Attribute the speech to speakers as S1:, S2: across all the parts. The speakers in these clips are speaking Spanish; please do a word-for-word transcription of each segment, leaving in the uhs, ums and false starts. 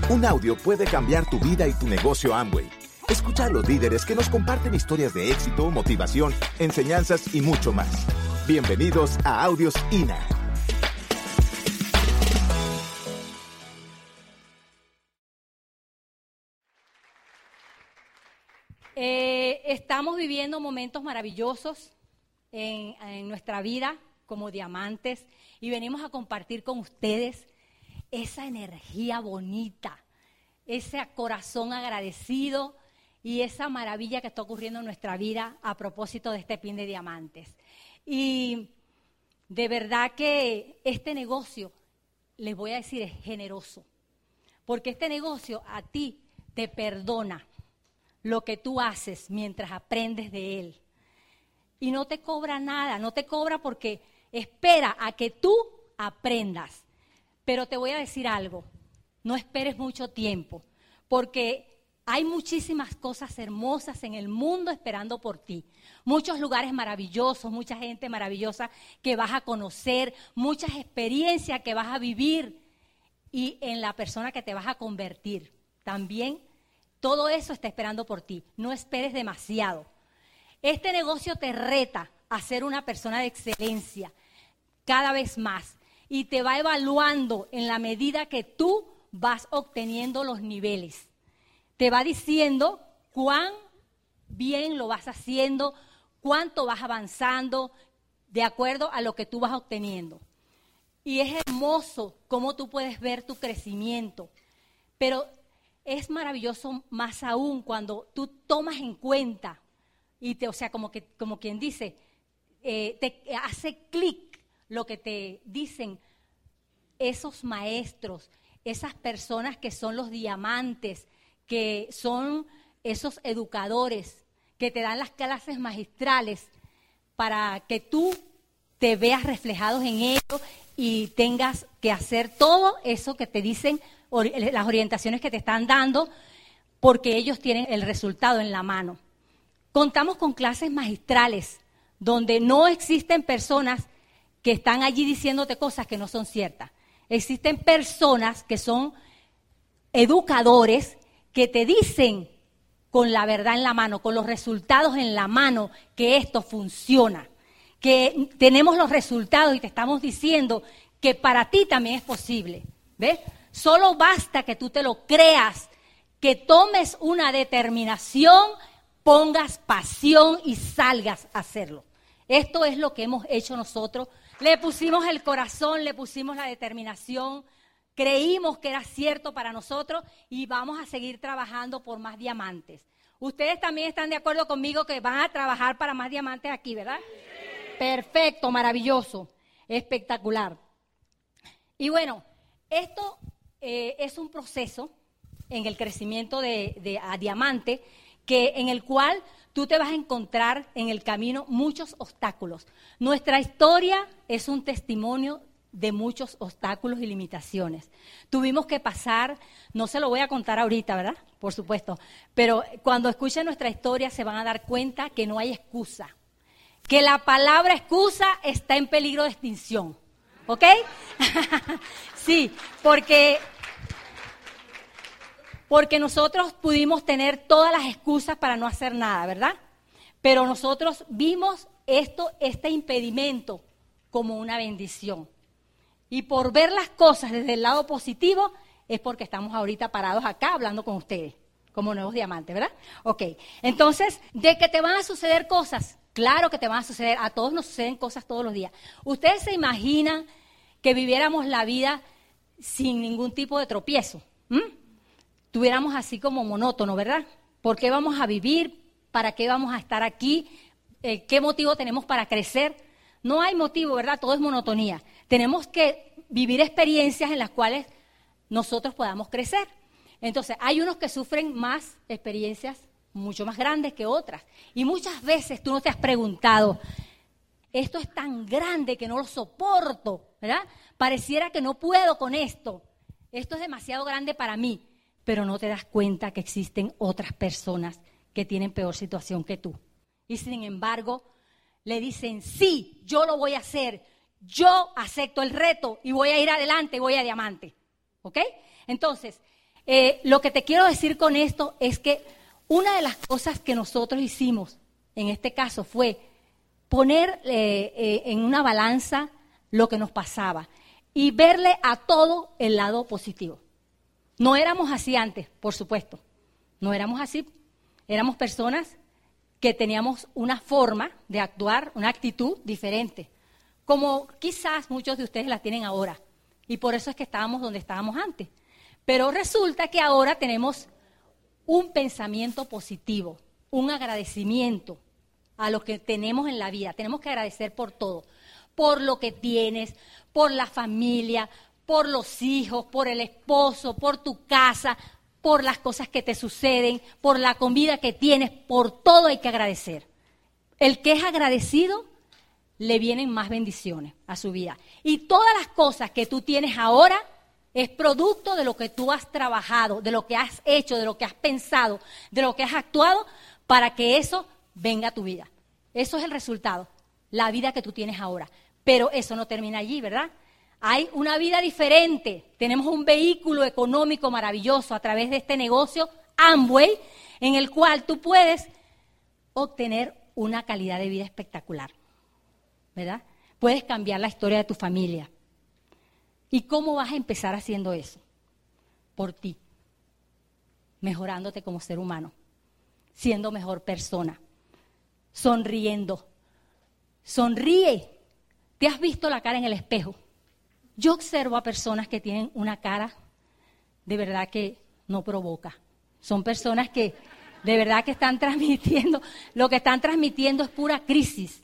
S1: Un audio puede cambiar tu vida y tu negocio Amway. Escucha a los líderes que nos comparten historias de éxito, motivación, enseñanzas y mucho más. Bienvenidos a Audios I N A.
S2: Eh, estamos viviendo momentos maravillosos en, en nuestra vida como diamantes y venimos a compartir con ustedes esa energía bonita, ese corazón agradecido y esa maravilla que está ocurriendo en nuestra vida a propósito de este pin de diamantes. Y de verdad que este negocio, les voy a decir, es generoso, porque este negocio a ti te perdona lo que tú haces mientras aprendes de él. Y no te cobra nada, no te cobra porque espera a que tú aprendas. Pero te voy a decir algo, no esperes mucho tiempo, porque hay muchísimas cosas hermosas en el mundo esperando por ti. Muchos lugares maravillosos, mucha gente maravillosa que vas a conocer, muchas experiencias que vas a vivir y en la persona que te vas a convertir. También todo eso está esperando por ti. No esperes demasiado. Este negocio te reta a ser una persona de excelencia cada vez más y te va evaluando en la medida que tú vas obteniendo los niveles. Te va diciendo cuán bien lo vas haciendo, cuánto vas avanzando de acuerdo a lo que tú vas obteniendo. Y es hermoso cómo tú puedes ver tu crecimiento, pero es maravilloso más aún cuando tú tomas en cuenta y te, o sea, como que, como quien dice, eh, te hace clic lo que te dicen esos maestros, esas personas que son los diamantes, que son esos educadores que te dan las clases magistrales para que tú te veas reflejados en ello y tengas que hacer todo eso que te dicen, las orientaciones que te están dando, porque ellos tienen el resultado en la mano. Contamos con clases magistrales donde no existen personas que están allí diciéndote cosas que no son ciertas. Existen personas que son educadores que te dicen con la verdad en la mano, con los resultados en la mano, que esto funciona, que tenemos los resultados y te estamos diciendo que para ti también es posible. ¿Ves? Solo basta que tú te lo creas, que tomes una determinación, pongas pasión y salgas a hacerlo. Esto es lo que hemos hecho nosotros. Le pusimos el corazón, le pusimos la determinación, creímos que era cierto para nosotros y vamos a seguir trabajando por más diamantes. Ustedes también están de acuerdo conmigo que van a trabajar para más diamantes aquí, ¿verdad? Sí. Perfecto, maravilloso, espectacular. Y bueno, esto eh, es un proceso en el crecimiento de, de a diamante que, en el cual tú te vas a encontrar en el camino muchos obstáculos. Nuestra historia es un testimonio de muchos obstáculos y limitaciones. Tuvimos que pasar, no se lo voy a contar ahorita, ¿verdad? Por supuesto, pero cuando escuchen nuestra historia se van a dar cuenta que no hay excusa, que la palabra excusa está en peligro de extinción, ¿ok? Sí, porque... Porque nosotros pudimos tener todas las excusas para no hacer nada, ¿verdad? Pero nosotros vimos esto, este impedimento como una bendición. Y por ver las cosas desde el lado positivo es porque estamos ahorita parados acá hablando con ustedes, como nuevos diamantes, ¿verdad? Ok, entonces, ¿de que te van a suceder cosas? Claro que te van a suceder, a todos nos suceden cosas todos los días. ¿Ustedes se imaginan que viviéramos la vida sin ningún tipo de tropiezo? ¿Mm? Tuviéramos así como monótono, ¿verdad? ¿Por qué vamos a vivir? ¿Para qué vamos a estar aquí? Eh, ¿Qué motivo tenemos para crecer? No hay motivo, ¿verdad? Todo es monotonía. Tenemos que vivir experiencias en las cuales nosotros podamos crecer. Entonces, hay unos que sufren más experiencias mucho más grandes que otras. Y muchas veces tú no te has preguntado, esto es tan grande que no lo soporto, ¿verdad? Pareciera que no puedo con esto. Esto es demasiado grande para mí. Pero no te das cuenta que existen otras personas que tienen peor situación que tú. Y sin embargo, le dicen, sí, yo lo voy a hacer, yo acepto el reto y voy a ir adelante, voy a diamante. ¿Ok? Entonces, eh, lo que te quiero decir con esto es que una de las cosas que nosotros hicimos en este caso fue poner eh, eh, en una balanza lo que nos pasaba y verle a todo el lado positivo. No éramos así antes, por supuesto. No éramos así. Éramos personas que teníamos una forma de actuar, una actitud diferente, como quizás muchos de ustedes la tienen ahora. Y por eso es que estábamos donde estábamos antes. Pero resulta que ahora tenemos un pensamiento positivo, un agradecimiento a lo que tenemos en la vida. Tenemos que agradecer por todo, por lo que tienes, por la familia, por los hijos, por el esposo, por tu casa, por las cosas que te suceden, por la comida que tienes, por todo hay que agradecer. El que es agradecido, le vienen más bendiciones a su vida. Y todas las cosas que tú tienes ahora es producto de lo que tú has trabajado, de lo que has hecho, de lo que has pensado, de lo que has actuado para que eso venga a tu vida. Eso es el resultado, la vida que tú tienes ahora. Pero eso no termina allí, ¿verdad? Hay una vida diferente. Tenemos un vehículo económico maravilloso a través de este negocio Amway, en el cual tú puedes obtener una calidad de vida espectacular, ¿verdad? Puedes cambiar la historia de tu familia. ¿Y cómo vas a empezar haciendo eso? Por ti, mejorándote como ser humano, siendo mejor persona, sonriendo. Sonríe. ¿Te has visto la cara en el espejo? Yo observo a personas que tienen una cara de verdad que no provoca. Son personas que de verdad que están transmitiendo, lo que están transmitiendo es pura crisis.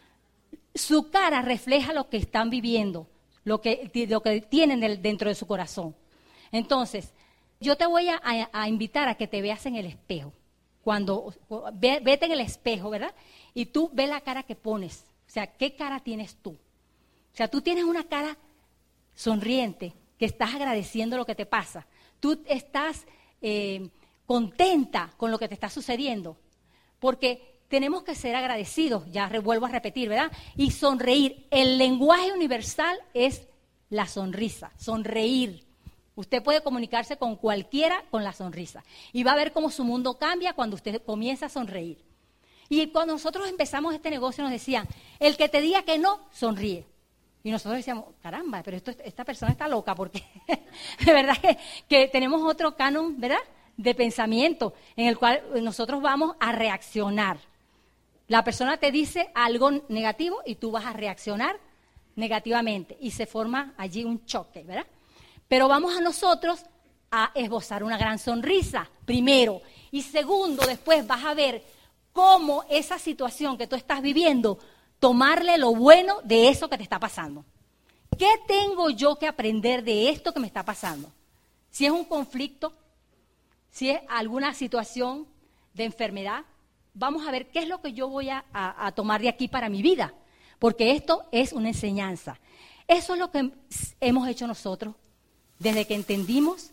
S2: Su cara refleja lo que están viviendo, lo que, lo que tienen dentro de su corazón. Entonces, yo te voy a, a, a invitar a que te veas en el espejo. Cuando ve, vete en el espejo, ¿verdad? Y tú ve la cara que pones. O sea, ¿qué cara tienes tú? O sea, tú tienes una cara sonriente, que estás agradeciendo lo que te pasa. Tú estás eh, contenta con lo que te está sucediendo. Porque tenemos que ser agradecidos, ya vuelvo a repetir, ¿verdad? Y sonreír. El lenguaje universal es la sonrisa, sonreír. Usted puede comunicarse con cualquiera con la sonrisa. Y va a ver cómo su mundo cambia cuando usted comienza a sonreír. Y cuando nosotros empezamos este negocio nos decían, el que te diga que no, sonríe. Y nosotros decíamos, caramba, pero esto, esta persona está loca porque de verdad que, que tenemos otro canon, ¿verdad?, de pensamiento en el cual nosotros vamos a reaccionar. La persona te dice algo negativo y tú vas a reaccionar negativamente y se forma allí un choque, ¿verdad? Pero vamos a nosotros a esbozar una gran sonrisa, primero. Y segundo, después vas a ver cómo esa situación que tú estás viviendo, tomarle lo bueno de eso que te está pasando. ¿Qué tengo yo que aprender de esto que me está pasando? Si es un conflicto, si es alguna situación de enfermedad, vamos a ver qué es lo que yo voy a, a, a tomar de aquí para mi vida, porque esto es una enseñanza. Eso es lo que hemos hecho nosotros desde que entendimos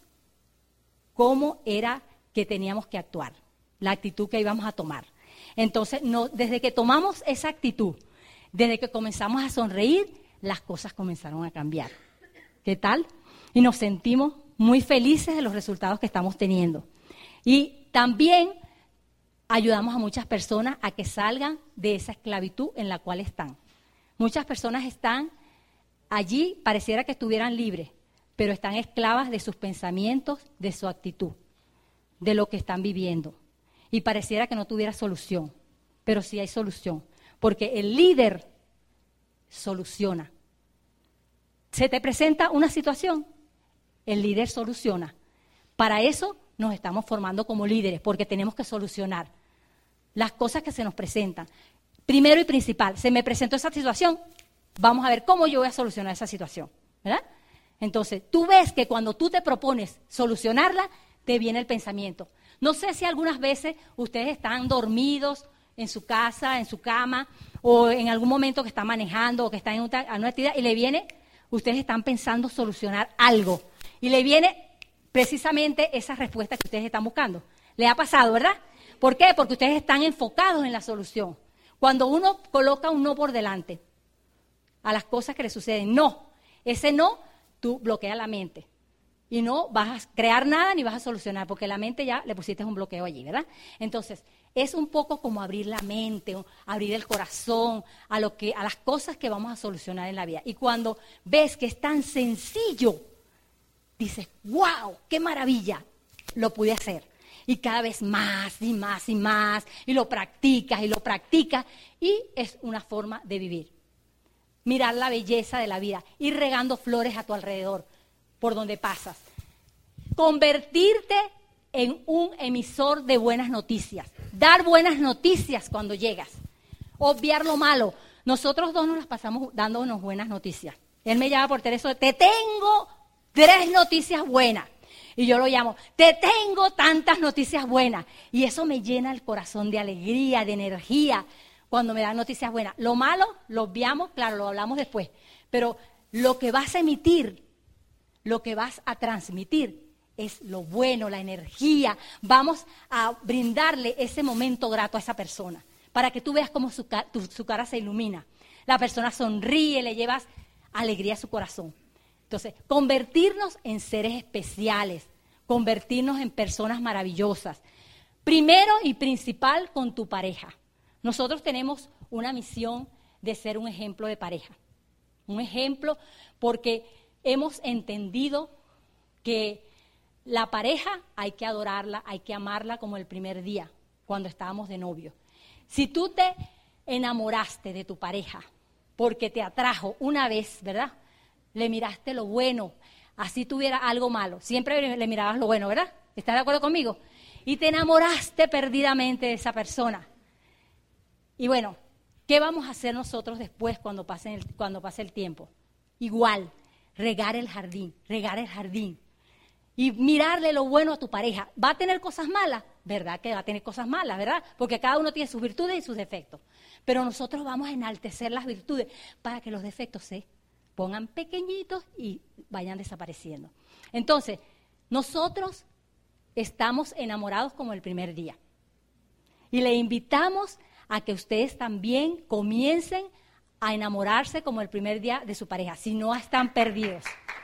S2: cómo era que teníamos que actuar, la actitud que íbamos a tomar. Entonces, no, desde que tomamos esa actitud, desde que comenzamos a sonreír, las cosas comenzaron a cambiar. ¿Qué tal? Y nos sentimos muy felices de los resultados que estamos teniendo. Y también ayudamos a muchas personas a que salgan de esa esclavitud en la cual están. Muchas personas están allí, pareciera que estuvieran libres, pero están esclavas de sus pensamientos, de su actitud, de lo que están viviendo. Y pareciera que no tuviera solución, pero sí hay solución. Porque el líder soluciona. Se te presenta una situación, el líder soluciona. Para eso nos estamos formando como líderes, porque tenemos que solucionar las cosas que se nos presentan. Primero y principal, se me presentó esa situación, vamos a ver cómo yo voy a solucionar esa situación, ¿verdad? Entonces, tú ves que cuando tú te propones solucionarla, te viene el pensamiento. No sé si algunas veces ustedes están dormidos en su casa, en su cama, o en algún momento que están manejando o que están en una, en una actividad y le viene, ustedes están pensando solucionar algo y le viene precisamente esa respuesta que ustedes están buscando. ¿Le ha pasado, verdad? ¿Por qué? Porque ustedes están enfocados en la solución. Cuando uno coloca un no por delante a las cosas que le suceden, no, ese no, tú bloqueas la mente. y no vas a crear nada ni vas a solucionar, porque la mente ya le pusiste un bloqueo allí, ¿verdad? Entonces, es un poco como abrir la mente, abrir el corazón a, lo que, a las cosas que vamos a solucionar en la vida. Y cuando ves que es tan sencillo, dices, wow, qué maravilla, lo pude hacer. Y cada vez más y más y más, y lo practicas y lo practicas, y es una forma de vivir. Mirar la belleza de la vida, ir regando flores a tu alrededor, por donde pasas. Convertirte en un emisor de buenas noticias. Dar buenas noticias cuando llegas. Obviar lo malo. Nosotros dos nos las pasamos dándonos buenas noticias. Él me llama por teléfono, te tengo tres noticias buenas. Y yo lo llamo, te tengo tantas noticias buenas. Y eso me llena el corazón de alegría, de energía, cuando me dan noticias buenas. Lo malo lo obviamos, claro, lo hablamos después. Pero lo que vas a emitir, lo que vas a transmitir es lo bueno, la energía. Vamos a brindarle ese momento grato a esa persona para que tú veas cómo su, tu, su cara se ilumina. La persona sonríe, le llevas alegría a su corazón. Entonces, convertirnos en seres especiales, convertirnos en personas maravillosas. Primero y principal con tu pareja. Nosotros tenemos una misión de ser un ejemplo de pareja. Un ejemplo porque hemos entendido que la pareja hay que adorarla, hay que amarla como el primer día, cuando estábamos de novio. Si tú te enamoraste de tu pareja porque te atrajo una vez, ¿verdad? Le miraste lo bueno, así tuviera algo malo. Siempre le mirabas lo bueno, ¿verdad? ¿Estás de acuerdo conmigo? Y te enamoraste perdidamente de esa persona. Y bueno, ¿qué vamos a hacer nosotros después cuando pase el, cuando pase el tiempo? Igual, regar el jardín, regar el jardín. Y mirarle lo bueno a tu pareja. ¿Va a tener cosas malas? ¿Verdad que va a tener cosas malas, verdad? Porque cada uno tiene sus virtudes y sus defectos. Pero nosotros vamos a enaltecer las virtudes para que los defectos se pongan pequeñitos y vayan desapareciendo. Entonces, nosotros estamos enamorados como el primer día. Y le invitamos a que ustedes también comiencen a enamorarse como el primer día de su pareja, si no están perdidos.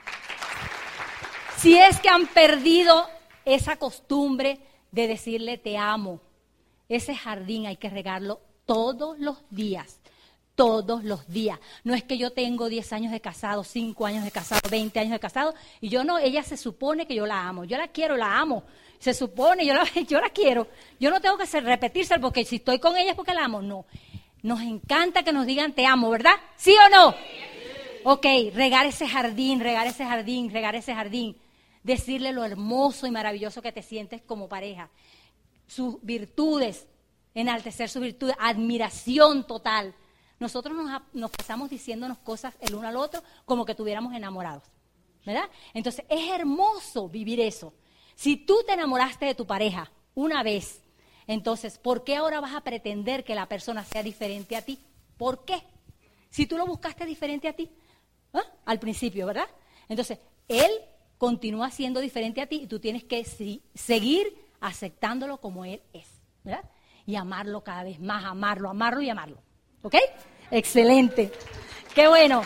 S2: Si es que han perdido esa costumbre de decirle te amo, ese jardín hay que regarlo todos los días. Todos los días. No es que yo tengo diez años de casado, cinco años de casado, veinte años de casado, y yo no, ella se supone que yo la amo. Yo la quiero, la amo. Se supone, yo la, yo la quiero. Yo no tengo que hacer, repetirse porque si estoy con ella es porque la amo. No. Nos encanta que nos digan te amo, ¿verdad? ¿Sí o no? Ok, regar ese jardín, regar ese jardín, regar ese jardín. Decirle lo hermoso y maravilloso que te sientes como pareja. Sus virtudes, enaltecer sus virtudes, admiración total. Nosotros nos, nos pasamos diciéndonos cosas el uno al otro como que estuviéramos enamorados, ¿verdad? Entonces, es hermoso vivir eso. Si tú te enamoraste de tu pareja una vez, entonces, ¿por qué ahora vas a pretender que la persona sea diferente a ti? ¿Por qué? Si tú lo buscaste diferente a ti, ¿eh? Al principio, ¿verdad? Entonces, él continúa siendo diferente a ti y tú tienes que si, seguir aceptándolo como él es, ¿verdad? Y amarlo cada vez más, amarlo, amarlo y amarlo. ¿Ok? Excelente. Qué bueno.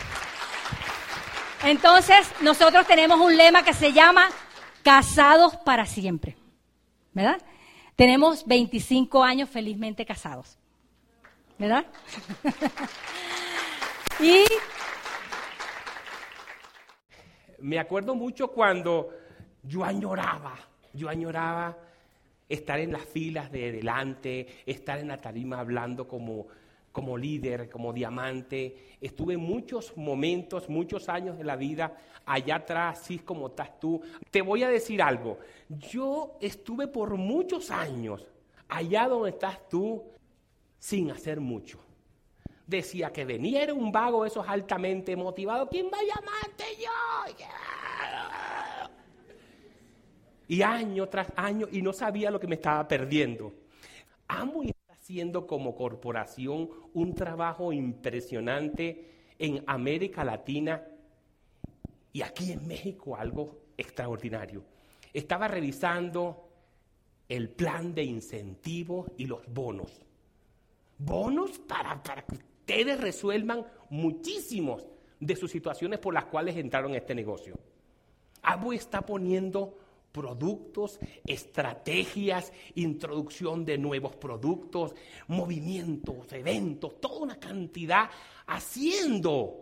S2: Entonces, nosotros tenemos un lema que se llama Casados para siempre. ¿Verdad? Tenemos veinticinco años felizmente casados. ¿Verdad? Y
S3: me acuerdo mucho cuando yo añoraba, yo añoraba estar en las filas de delante, estar en la tarima hablando como como líder, como diamante. Estuve muchos momentos, muchos años de la vida allá atrás, así como estás tú. Te voy a decir algo. Yo estuve por muchos años allá donde estás tú sin hacer mucho. Decía que venía era un vago, esos altamente motivados. ¿Quién va a llamarte? Yo. Yeah. Y año tras año, y no sabía lo que me estaba perdiendo. Amo y haciendo como corporación un trabajo impresionante en América Latina y aquí en México algo extraordinario. Estaba revisando el plan de incentivos y los bonos. Bonos para, para que ustedes resuelvan muchísimos de sus situaciones por las cuales entraron en este negocio. Amway está poniendo productos, estrategias, introducción de nuevos productos, movimientos, eventos, toda una cantidad, haciendo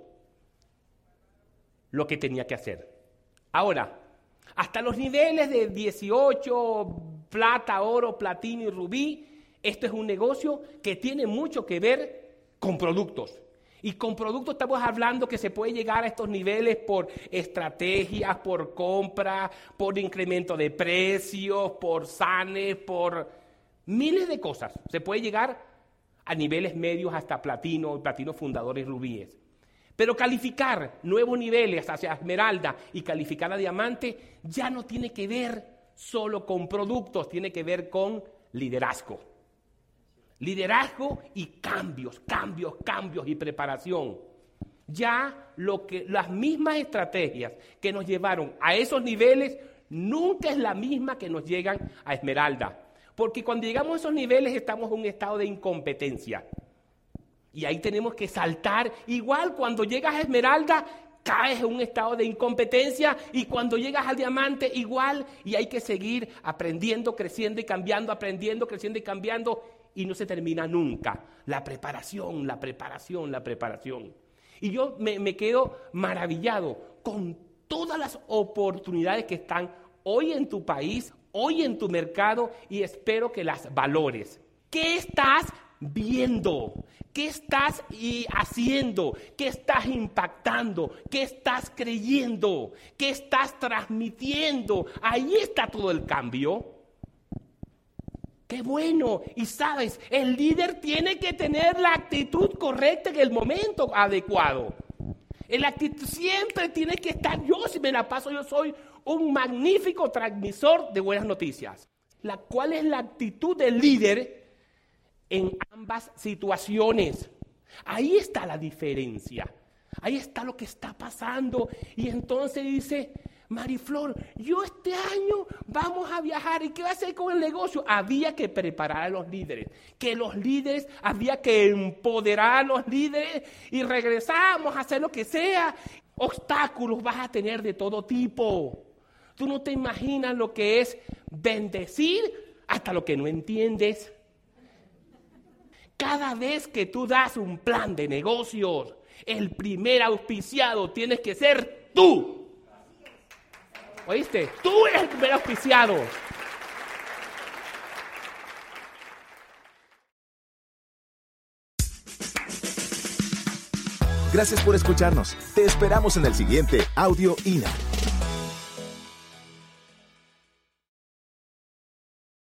S3: lo que tenía que hacer. Ahora, hasta los niveles de dieciocho, plata, oro, platino y rubí, esto es un negocio que tiene mucho que ver con productos. Y con productos estamos hablando que se puede llegar a estos niveles por estrategias, por compra, por incremento de precios, por sanes, por miles de cosas. Se puede llegar a niveles medios hasta platino, platino fundadores rubíes. Pero calificar nuevos niveles hacia esmeralda y calificar a diamante ya no tiene que ver solo con productos, tiene que ver con liderazgo. Liderazgo y cambios, cambios, cambios y preparación. Ya lo que, las mismas estrategias que nos llevaron a esos niveles nunca es la misma que nos llegan a esmeralda. Porque cuando llegamos a esos niveles estamos en un estado de incompetencia. Y ahí tenemos que saltar. Igual cuando llegas a esmeralda caes en un estado de incompetencia y cuando llegas al diamante igual. Y hay que seguir aprendiendo, creciendo y cambiando, aprendiendo, creciendo y cambiando. Y no se termina nunca. La preparación, la preparación, la preparación. Y yo me, me quedo maravillado con todas las oportunidades que están hoy en tu país, hoy en tu mercado, y espero que las valores. ¿Qué estás viendo? ¿Qué estás y haciendo? ¿Qué estás impactando? ¿Qué estás creyendo? ¿Qué estás transmitiendo? Ahí está todo el cambio. ¡Qué bueno! Y sabes, el líder tiene que tener la actitud correcta en el momento adecuado. La actitud siempre tiene que estar. Yo, si me la paso, yo soy un magnífico transmisor de buenas noticias. La cual es la actitud del líder en ambas situaciones. Ahí está la diferencia. Ahí está lo que está pasando. Y entonces dice: Mariflor, yo este año vamos a viajar. ¿Y qué va a hacer con el negocio? Había que preparar a los líderes. Que los líderes, había que empoderar a los líderes y regresamos a hacer lo que sea. Obstáculos vas a tener de todo tipo. Tú no te imaginas lo que es bendecir hasta lo que no entiendes. Cada vez que tú das un plan de negocios, el primer auspiciado tienes que ser tú. ¿Oíste? Tú eres el primer auspiciado.
S1: Gracias por escucharnos. Te esperamos en el siguiente Audio I N A.